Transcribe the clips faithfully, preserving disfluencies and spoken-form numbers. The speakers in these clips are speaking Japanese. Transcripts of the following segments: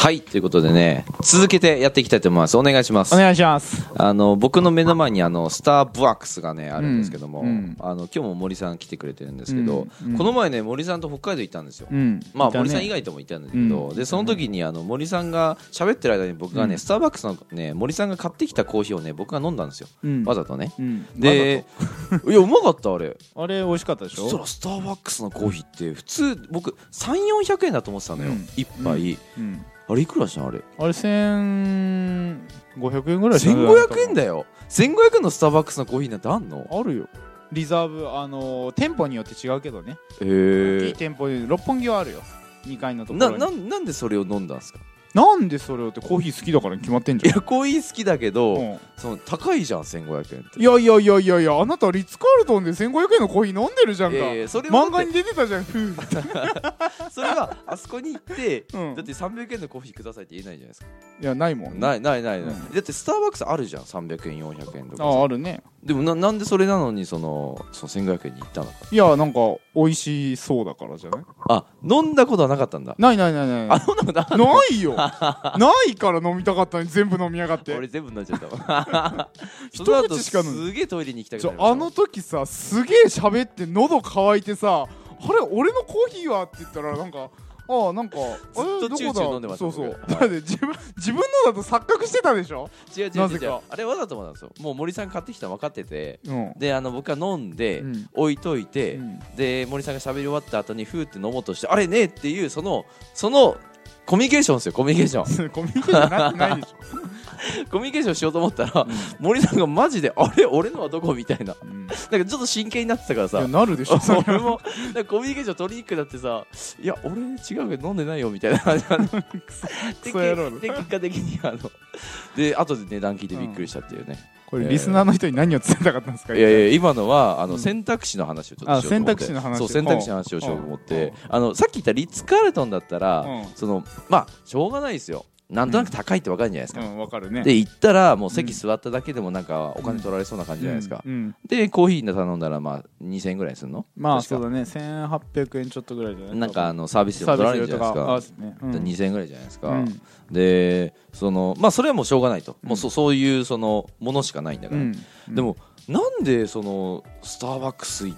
はいということでね、続けてやっていきたいと思います。お願いします。 お願いします。 あの僕の目の前にあのスターブワックスがねあるんですけども、 うん、 あの今日も森さん来てくれてるんですけど、 うん、 この前ね森さんと北海道行ったんですよ、うん、まあ森さん以外とも行ったんだけど、うん、でその時にあの森さんが喋ってる間に僕がね、うん、スターバックスのね森さんが買ってきたコーヒーをね僕が飲んだんですよ、うん、わざとね、うん、でいやうまかったあれあれ美味しかったでしょ。 そしたらスターバックスのコーヒーって普通僕さんびゃくよんひゃくえんだと思ってたのよ、うん、いっぱい、うんうん、あれいくらしたのあれ。 あれせんごひゃくえんぐらいした。 せんごひゃくえんだよ。せんごひゃくえんのスターバックスのコーヒーなんてあんの？ あるよ。リザーブ、あのー、店舗によって違うけどね。 へー。 大きい店舗に六本木はあるよ。にかいのところに。 な、な、なんでそれを飲んだんですか？ なんでそれをってコーヒー好きだからに決まってんじゃん。 いやコーヒー好きだけど、うん、その高いじゃんせんごひゃくえんって。 いやいやいやいやいや、あなたリッツカールトンでせんごひゃくえんのコーヒー飲んでるじゃんか、えー、それ漫画に出てたじゃんそれはあそこに行って、うん、だってさんびゃくえんのコーヒーくださいって言えないじゃないですか。 いやないもん、ね、 ないないないない、うん、だってスターバックスあるじゃんさんびゃくえんよんひゃくえんとか。 ああるね。 でも な, なんでそれなのにそのそのせんごひゃくえんに行ったのか。 いやなんか美味しそうだからじゃない。 あ飲んだことはなかったんだ。 ないないないない。 あ飲んだことあるのないよないから飲みたかったのに全部飲みやがって。 俺全部飲んじゃったわその後すげえトイレに行きたくなりました。 あの時さすげえ喋って喉乾いてさ、あれ俺のコーヒーはって言ったらなんかああなんかずっとチューチュー飲んでました。 そうそう、はい、だって自分自分のだと錯覚してたでしょ。 違う違う違う違う、あれわざとなんですよ。もう森さん買ってきたの分かってて、うん、であの僕が飲んで、うん、置いといて、うん、で森さんが喋り終わった後にフーって飲もうとしてあれねっていうそのそのコミュニケーションですよ。コミュニケーションコミュニケーションなってないでしょコミュニケーションしようと思ったら、うん、森さんがマジであれ俺のはどこみたいな、うん、なんかちょっと真剣になってたからさ。 いやなるでしょ俺もなんかコミュニケーション取りにくくなってさ、いや俺違うけど飲んでないよみたいな感じで結果的にあので後で値段聞いてびっくりしたっていうね、うん、 これリスナーの人に何を伝えたかったんですか。 いやいや今のはあの選択肢の話をちょっとしようと思って、 選択肢の話そう選択肢の話をしようと思って、あのさっき言ったリッツ・カールトンだったらそのまあしょうがないですよ。なんとなく高いって分かるんじゃないですか、 うん、分かるね。 で行ったらもう席座っただけでもなんかお金取られそうな感じじゃないですか、うんうん、でコーヒー頼んだらまあにせんえんぐらいするの。 まあそうだねせんはっぴゃくえんちょっとぐらいじゃない。 なんかあのサービス料取られるじゃないですか、ねうん、にせんえんぐらいじゃないですか、うん、でそのまあそれはもうしょうがないと、うん、もう そ, そういうそのものしかないんだから、うんうん、でもなんでそのスターバックス行って、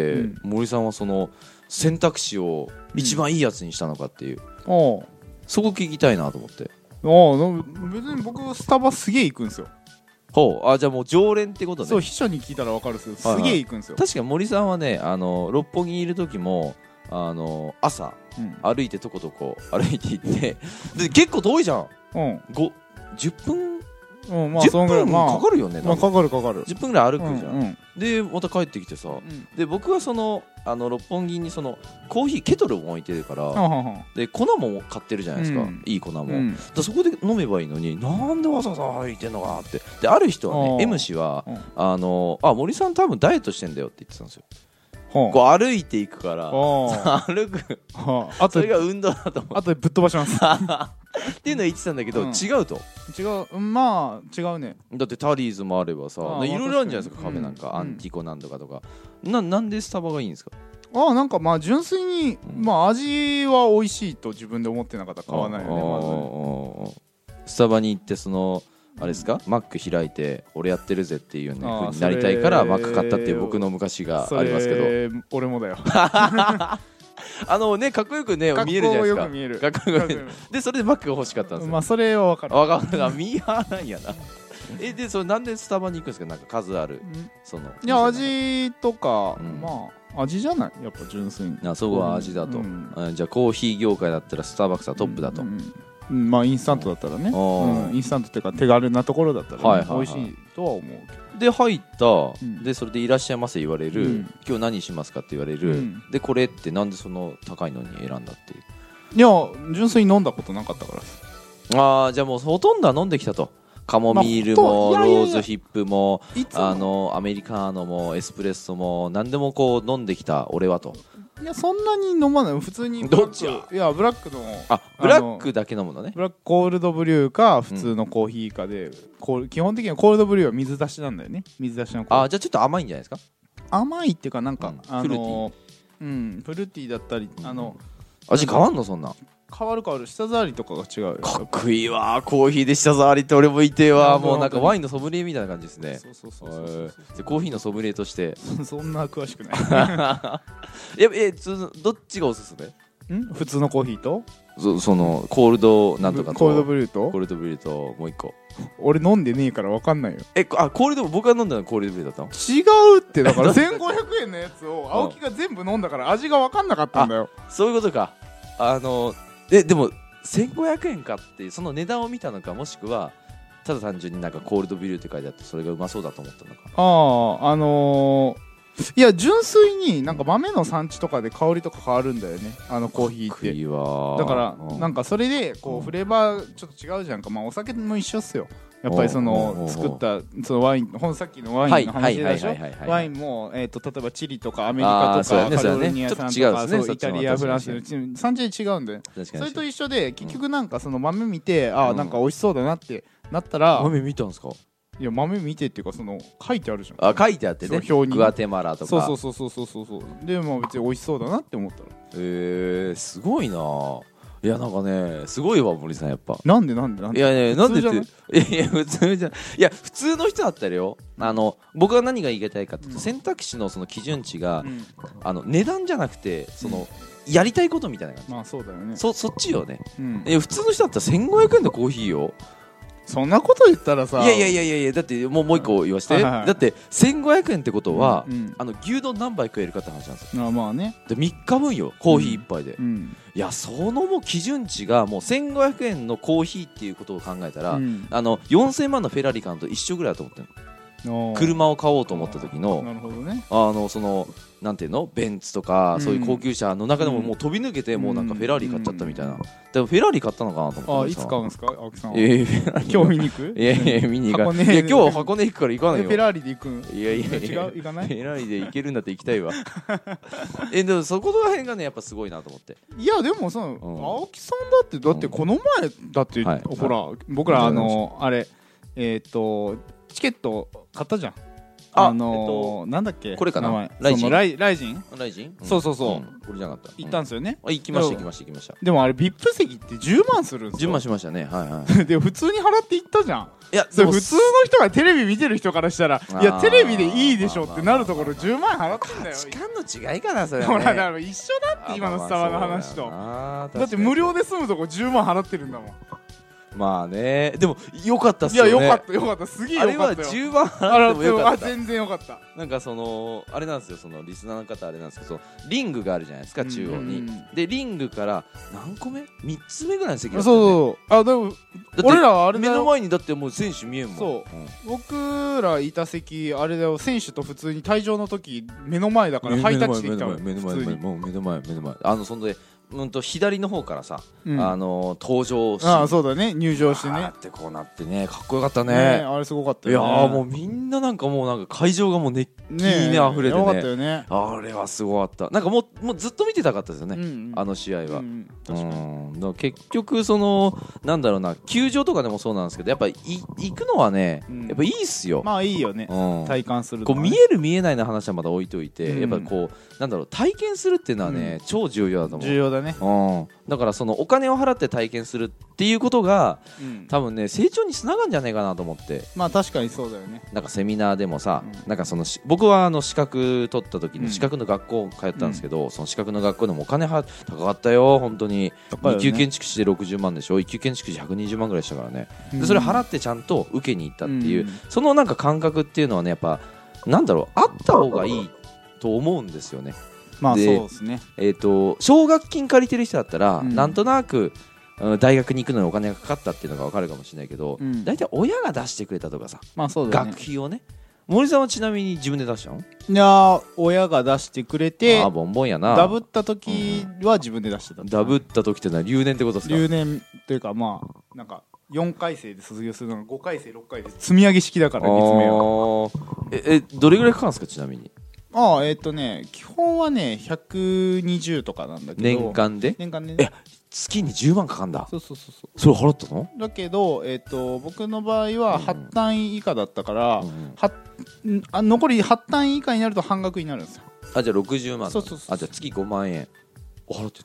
うん、森さんはその選択肢を一番いいやつにしたのかっていう、うん、そこ聞きたいなと思って。 あ別に僕スタバすげえ行くんですよ。 ほうあじゃあもう常連ってことね。 そう秘書に聞いたら分かるんですけど、すげえ行くんですよ。 確かに森さんはねあの六本木にいる時もあの朝、うん、歩いてとことこ歩いて行ってで結構遠いじゃん、うん、じゅっぷん、うんまあ、じゅっぷんかかるよね、 まあ、かかるかかるじゅっぷんぐらい歩くじゃん、うんうん、でまた帰ってきてさ、うん、で僕はそのあの六本木にそのコーヒーケトルも置いてるから、うん、で粉も買ってるじゃないですか、うん、いい粉も、うん、だそこで飲めばいいのになんでわざわざ歩いてんのかってである人はね M 氏は、うん、あのあ森さん多分ダイエットしてんだよって言ってたんですよ。こう歩いていくから歩くあそれが運動だと思う。 あとでぶっ飛ばしますっていうのは言ってたんだけど、うん、違うと違うまあ違うね。 だってタリーズもあればさいろいろあるんじゃないですか、カフェなんか、うん、アンティコなんとかとか、うん、な, なんでスタバがいいんですか。 ああなんかまあ純粋に、うん、まあ味は美味しいと自分で思ってなかったら買わないよね。まずスタバに行ってそのあれですか、マック開いて俺やってるぜっていうね風になりたいからマック買ったっていう僕の昔がありますけど。 俺もだよあのねかっこよくね見えるじゃないですか。 かっこよく見える。 かっこよく見える。でそれでマックが欲しかったんですよ。 まあそれは分かる。 分かる。ミーハーなんやなえでそれなんでスタバに行くんですか。なんか数ある、うん、そのいや味とか、うん、まあ味じゃないやっぱ純粋に。 あそこは味だと、うんうん、じゃあコーヒー業界だったらスターバックスはトップだと、うんうんまあインスタントだったらね、うん、インスタントっていうか手軽なところだったら、ねはいはいはい、美味しいとは思うけど。 で入った、うん、でそれでいらっしゃいませ言われる、うん、今日何しますかって言われる、うん、でこれってなんでその高いのに選んだっていう。 いや純粋に飲んだことなかったから。 ああじゃあもうほとんどは飲んできたと。カモミールも、まあ、ローズヒップもあのアメリカーノもエスプレッソも何でもこう飲んできた俺はと。 いやそんなに飲まない普通に。 どっちや。 いやブラックのあブラックだけ飲むのね。 ブラックコールドブリューか普通のコーヒーかで、うん、基本的にはコールドブリューは水出しなんだよね。水出しのコーヒー。 あじゃあちょっと甘いんじゃないですか。 甘いっていうかなんか、 うん、 あのフルーティー、 うん、フルーティーだったりあの、 うん、味変わんのそんな。 変わる変わる、舌触りとかが違うよ。 かっこいいわコーヒーで舌触りって俺もいてわ。もうなんかワインのソムリエみたいな感じですね。 そうそうそうそうでコーヒーのソムリエとしてそんな詳しくないええどっちがおすすめ？ ん普通のコーヒーとそ, そのコールドなんとかとコールドブリューとコールドブリューともう一個。 俺飲んでねえから分かんないよ。 えあコールド僕が飲んだのはコールドブリューだったの？ 違うってだからせんごひゃくえんのやつを青木が全部飲んだから味が分かんなかったんだよ。 そういうことか。あのえでもせんごひゃくえんかってその値段を見たのか、もしくはただ単純になんかコールドブリューって書いてあってそれがうまそうだと思ったのか。 あああのーいや純粋になんか豆の産地とかで香りとか変わるんだよね、あのコーヒーって。 いいわ。 だからなんかそれでこうフレーバーちょっと違うじゃんか。まあお酒も一緒っすよやっぱり。その作ったそのワイン、ほんさっきのワインの話でしょ。ワインもえっと例えばチリとかアメリカとかカリフォルニア産とかイタリアフランス産地で違うんで、それと一緒で結局なんかその豆見てああなんか美味しそうだなってなったら。 豆見たんですか？ いや豆見てっていうかその書いてあるじゃん。 あ書いてあってね、 表にグアテマラとか。 そうそうそうそうそうそう。でも別に美味しそうだなって思ったら。 へえすごいな。いやなんかねすごいわ森さんやっぱ。 なんでなんでなんで。 いやねなんでっていやいや普通じゃいや普通の人だったらよ、あの僕は何が言いたいかっていうと、うん、選択肢のその基準値が、うん、あの値段じゃなくてその、うん、やりたいことみたいな感じ。 まあそうだよね。 そそっちよね、 うん、 いや普通の人だったらせんごひゃくえんでコーヒーよ。 そんなこと言ったらさ。 いやいやいやいやいやだってもうもう一個言わせて、はいはいはい、だってせんごひゃくえんってことは、うんうん、あの牛丼何杯食えるかって話なんですよ。 あまあね。 でみっかぶんよコーヒーいっぱいで、 うんうん、 いやそのもう基準値がもうせんごひゃくえんのコーヒーっていうことを考えたら、うん、あのよんせんまんのフェラーリ買うと一緒ぐらいだと思ってるの。車を買おうと思った時の、 なるほどね、 あのそのなんていうのベンツとか、うん、そういう高級車の中でももう飛び抜けて、うん、もうなんかフェラーリ買っちゃったみたいな、うん、でもフェラーリ買ったのかなと思って。 あいつ買うんですか青木さんは。 えー、 今日見に行く？ いやいや見に行かない。いや今日は箱根行くから行かないよ。 フェラーリで行くん？ いやいやいや違う行かない？ フェラーリで行けるんだって行きたいわえでもそこら辺がねやっぱすごいなと思って。 いやでもさ、うん、青木さんだってだってこの前だって、うん、ほら、はい、僕らあのあれえっ、ー、とチケット買ったじゃん。あのーえっと、なんだっけこれかなライジンライライジンライジン、 うん、そうそうそう、うん、 これじゃなかった行ったんですよね、 うん、あ行きました行きました行きました。 でもあれ ブイアイピー 席ってじゅうまんするんですよ。 じゅうまんしましたねはいはいで普通に払って行ったじゃん。 いやでも普通の人がテレビ見てる人からしたらいやテレビでいいでしょってなるところじゅうまん払ってんだよ。 価値観の違いかなそれは、ね、 ほらだから一緒だって今のスタバの話と。だって無料で済むとこじゅうまん払ってるんだもん。 まあねでもよかったっすよね。 いやよかったよかったすげえよかったよ。 あれはじゅうまん払ってもよかった。 全然よかった。 なんかそのあれなんですよそのリスナーの方あれなんですけどリングがあるじゃないですか中央に。でリングから何個目みっつめぐらいの席だったよね。 そうそうあでも俺らはあれだよ目の前にだってもう選手見えんもん。 そう、うん、僕らいた席あれだよ選手と普通に退場の時目の前だからハイタッチできたの。 目の前目の前もう目の前目の前あのそのでうんと左の方からさ、うん、あの登場しあそうだね入場してねあってこうなってねかっこよかったね。 ねあれすごかったよね。 いやもうみんななんかもうなんか会場がもう熱気にね溢れてね。 よかったよね。 あれはすごかった。なんかもうもうずっと見てたかったですよね、うんうん、あの試合は、うんうん、 確かにうん結局そのなんだろうな球場とかでもそうなんですけどやっぱい行くのはね、うん、やっぱいいっすよ。 まあいいよね、うん、体感すると、ね、 こう見える見えないの話はまだ置いといて、うん、やっぱこうなんだろう体験するっていうのはね、うん、超重要だと思う。 重要だね、 うんだからそのお金を払って体験するっていうことが、うん、多分ね成長につながるんじゃないかなと思って。 まあ確かにそうだよね。 なんかセミナーでもさ、うん、なんかその僕はあの資格取った時の資格の学校通ったんですけど、うん、その資格の学校でもお金は高かったよ本当に。に級建築士でろくじゅうまんでしょ。いっ級建築士ひゃくにじゅうまんぐらいしたからね、うん、でそれ払ってちゃんと受けに行ったっていう、うん、そのなんか感覚っていうのはねやっぱなんだろうあった方がいいと思うんですよね。 まあそうですね。 えーと、奨学金借りてる人だったら、うん、なんとなく、うん、大学に行くのにお金がかかったっていうのが分かるかもしれないけど、うん、大体親が出してくれたとかさ、 まあそうだね、 学費をね。森さんはちなみに自分で出したの？ いや親が出してくれて、 あボンボンやな。 ダブった時は自分で出してた、 うん、ダブった時ってのは留年ってことですか？ 留年というかまあなんかよんかい生で卒業するのがごかい生ろっかいで積み上げ式だから立命は。 ええどれぐらいかかるんですかちなみに？ ああえっ、ー、とね基本はねひゃくにじゅうとかなんだけど年間で年間で、 ね、え月にじゅうまんかかんだ。 そうそうそうそうそれ払ったの？ だけど、えー、と僕の場合ははち単位以下だったから、うん、はあ残りはち単位以下になると半額になるんですよ。 あじゃあろくじゅうまん。 そうそうそう。 あじゃあ月ごまんえん払ってたの？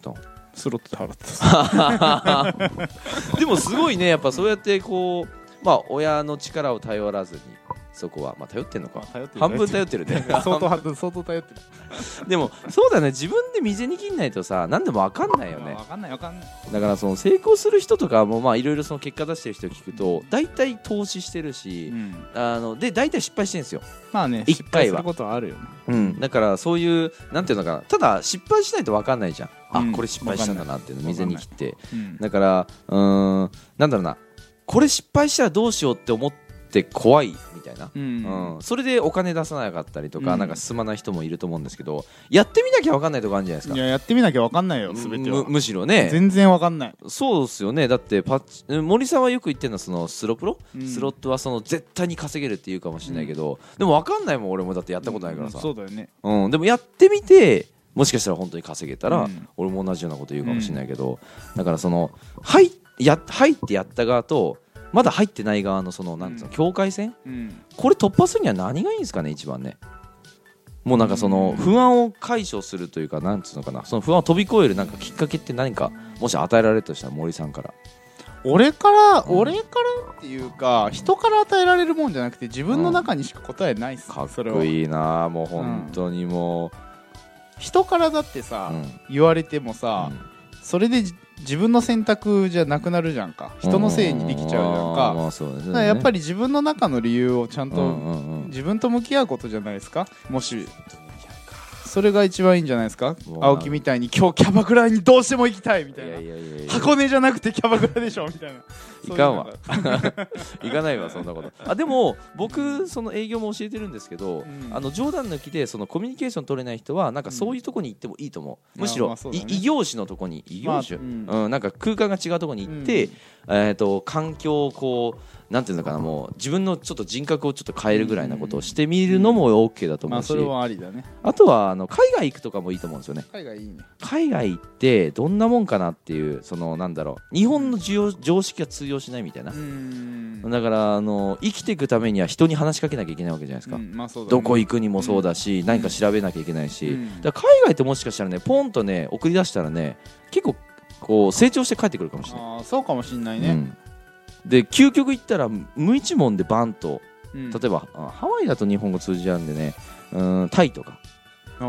スロットで払ってたでもすごいね、やっぱそうやってこう、まあ、親の力を頼らずにそこは、まあ、頼ってんのか、 頼ってる半分頼ってるね相当相当頼ってるでもそうだね、自分で水に切んないとさ何でも分かんないよね。 分かんない分かんない。 だからその成功する人とかもまあいろいろその結果出してる人を聞くと大体投資してるし、うん、あので大体失敗してるんですよ。 まあね、 いっかいは失敗することはあるよね、 うん、だからそういうなんていうのかな、ただ失敗しないと分かんないじゃん、うん、あこれ失敗したんだなっていうの水に切って、うん、だからうーんなんだろうな、これ失敗したらどうしようって思って怖いみたいな、うんうん、それでお金出さなかったりとか、うん、なんか進まない人もいると思うんですけど、やってみなきゃ分かんないとこあるんじゃないですか。 いややってみなきゃ分かんないよ全ては。 む, むしろね全然分かんない。 そうですよね。だってパッチ森さんはよく言ってるのはそのスロプロ、うん、スロットはその絶対に稼げるって言うかもしれないけど、うん、でも分かんないもん俺も、だってやったことないからさ、 うん、そうだよね、 うん、でもやってみてもしかしたら本当に稼げたら、うん、俺も同じようなこと言うかもしれないけど、うん、だからその入や入ってやった側とまだ入ってない側のそのなんつうの、境界線、うん、これ突破するには何がいいんですかね一番ね。もうなんかその不安を解消するというか、なんつうのかな、その不安を飛び越えるなんかきっかけって何かもし与えられるとしたら森さんから。 俺から、うん、俺からっていうか人から与えられるもんじゃなくて自分の中にしか答えないっす、 うん、かっこいいなもう本当にもう、うん、 人からだってさ、うん、言われてもさ、うん、それで自分の選択じゃなくなるじゃんか、人のせいにできちゃうじゃんか、まあそうですね、だからやっぱり自分の中の理由をちゃんと自分と向き合うことじゃないですか。もしそれが一番いいんじゃないですか。青木みたいに今日キャバクラにどうしても行きたいみたいな、いやいやいやいや箱根じゃなくてキャバクラでしょみたいな。 いかんわ行かないわそんなこと。あでも僕その営業も教えてるんですけど、うん、あの冗談抜きでそのコミュニケーション取れない人はなんかそういうとこに行ってもいいと思う、うん、むしろ、まあね、異業種のとこに異業種、まあうんうん、なんか空間が違うとこに行って、うんえー、と環境をこうなんていうのかな、もう自分のちょっと人格をちょっと変えるぐらいなことをしてみるのも OK だと思うし、 まあ、それはありだね。 あとはあの海外行くとかもいいと思うんですよね。 海外いいね。 海外行ってどんなもんかなっていう、そのなんだろう、日本の常識が通用しないみたいな。うんだからあの生きていくためには人に話しかけなきゃいけないわけじゃないですか、うんまあそうだね、どこ行くにもそうだし、うん、何か調べなきゃいけないし、うん、だから海外ってもしかしたらねポンとね送り出したらね結構こう成長して帰ってくるかもしれない。 あそうかもしれないね、うんで究極言ったら無一文でバンと、うん、例えばハワイだと日本語通じちゃうんでね、うんタイとか、 うん、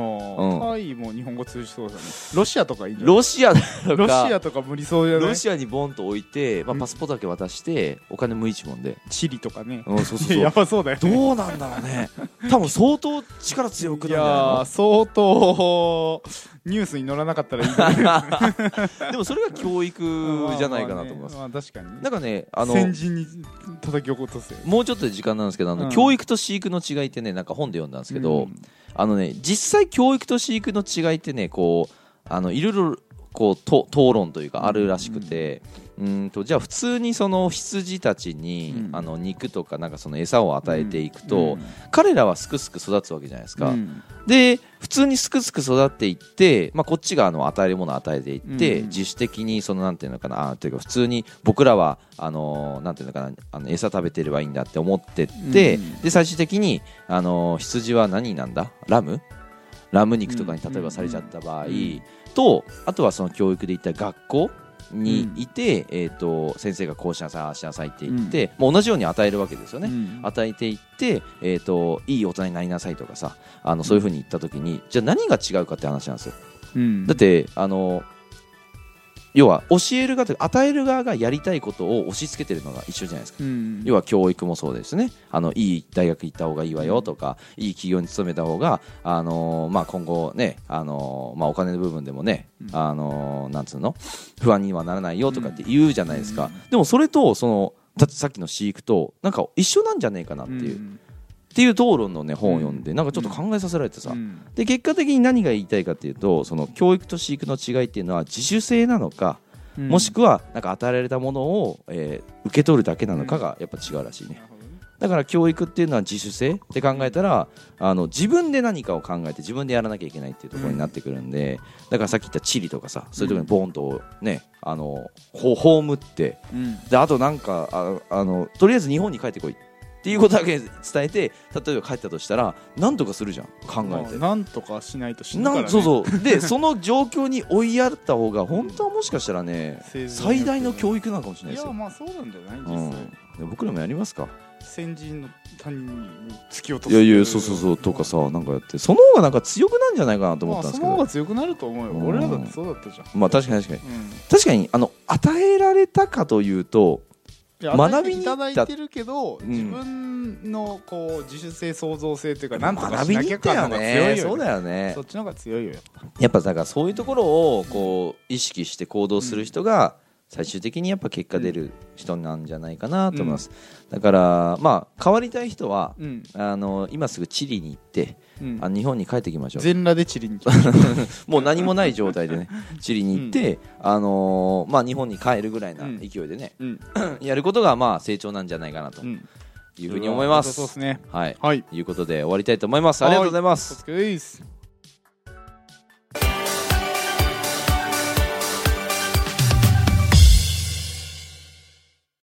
タイも日本語通じそうだね。ロシアとかいいんじゃない？ ロシアとかロシアとか無理そうじゃない？ ロシアにボンと置いて、まあ、パスポートだけ渡してお金無一文で。 チリとかね、 うん、そうそうそうやっぱそうだよね。 どうなんだろうね多分相当力強くなんじゃないの？ いや相当ニュースに載らなかったらいいでもそれが教育じゃないかなと思います。 まあまあね、まあ確かになんかねあの先人に叩き起こす。 もうちょっとで時間なんですけど、あの、うん、教育と飼育の違いってねなんか本で読んだんですけど、うん、あのね実際教育と飼育の違いってねこうあのいろいろこうと討論というかあるらしくて、うん、うんとじゃあ普通にその羊たちに、うん、あの肉とかなんかその餌を与えていくと、うん、彼らはすくすく育つわけじゃないですか、うん、で普通にすくすく育っていって、まあ、こっちがあの与えるものを与えていって、うん、自主的にそのなんていうのかなあというか普通に僕らはあのなんていうのかなあの餌食べてればいいんだって思ってって、うん、で最終的にあの羊は何なんだラムラム肉とかに例えばされちゃった場合、うん、とあとはその教育でいった学校にいて、うんえー、と先生がこうしなさいああしなさいって言って、うん、もう同じように与えるわけですよね、うん、与えていって、えー、といい大人になりなさいとかさあのそういう風に言った時にじゃあ何が違うかって話なんですよ、うん、だってあの要は教える側というか与える側がやりたいことを押し付けてるのが一緒じゃないですか、うん、要は教育もそうですね。あのいい大学行った方がいいわよとか、うん、いい企業に勤めた方が、あのーまあ、今後ね、あのーまあ、お金の部分でもね、うんあのー、なんつうの不安にはならないよとかって言うじゃないですか、うん、でもそれとそのだってさっきの飼育となんか一緒なんじゃねえかなっていう、うんっていう討論の、ね、本を読んでなんかちょっと考えさせられてさ、うん、で結果的に何が言いたいかっていうとその教育と飼育の違いっていうのは自主性なのか、うん、もしくはなんか与えられたものを、えー、受け取るだけなのかがやっぱ違うらしいね、うん、だから教育っていうのは自主性って考えたらあの自分で何かを考えて自分でやらなきゃいけないっていうところになってくるんで、うん、だからさっき言ったチリとかさそういうところにボーンとねあの葬って、うん、であとなんかああのとりあえず日本に帰ってこいっていうことだけ伝えて、例えば帰ったとしたらなんとかするじゃん、考えて。 なんとかしないと死ぬからね。 そうそうでその状況に追いやった方が本当はもしかしたらね最大の教育なのかもしれないですよ。 いやまあそうなんじゃない実際、 うん、僕らもやりますか、 先人の他人に突き落とす。 いやいやそうそうそうとかさ、なんかやってその方がなんか強くなんじゃないかなと思ったんですけど、 まあ、その方が強くなると思うよ、うん、俺らだってそうだったじゃん。 まあ確かに確かに、うん、確かにあの与えられたかというと学びにいただいてるけど、うん、自分のこう自主性創造性というかなんとかしなきゃ感の方が強いよね。 そうだよね。 そっちの方が強いよ。 やっぱだからそういうところをこう意識して行動する人が最終的にやっぱ結果出る人なんじゃないかなと思います、うん、だからまあ変わりたい人は、うん、あの今すぐチリに行って、うん、あ日本に帰ってきましょう。 全裸でチリに来ましょうもう何もない状態でねチリに行って、うんあのーまあ、日本に帰るぐらいな勢いでね、うんやることがまあ成長なんじゃないかなというふうに思います。 そうですね。 はい、はい、ということで終わりたいと思います。ありがとうございます。 お疲れ様です。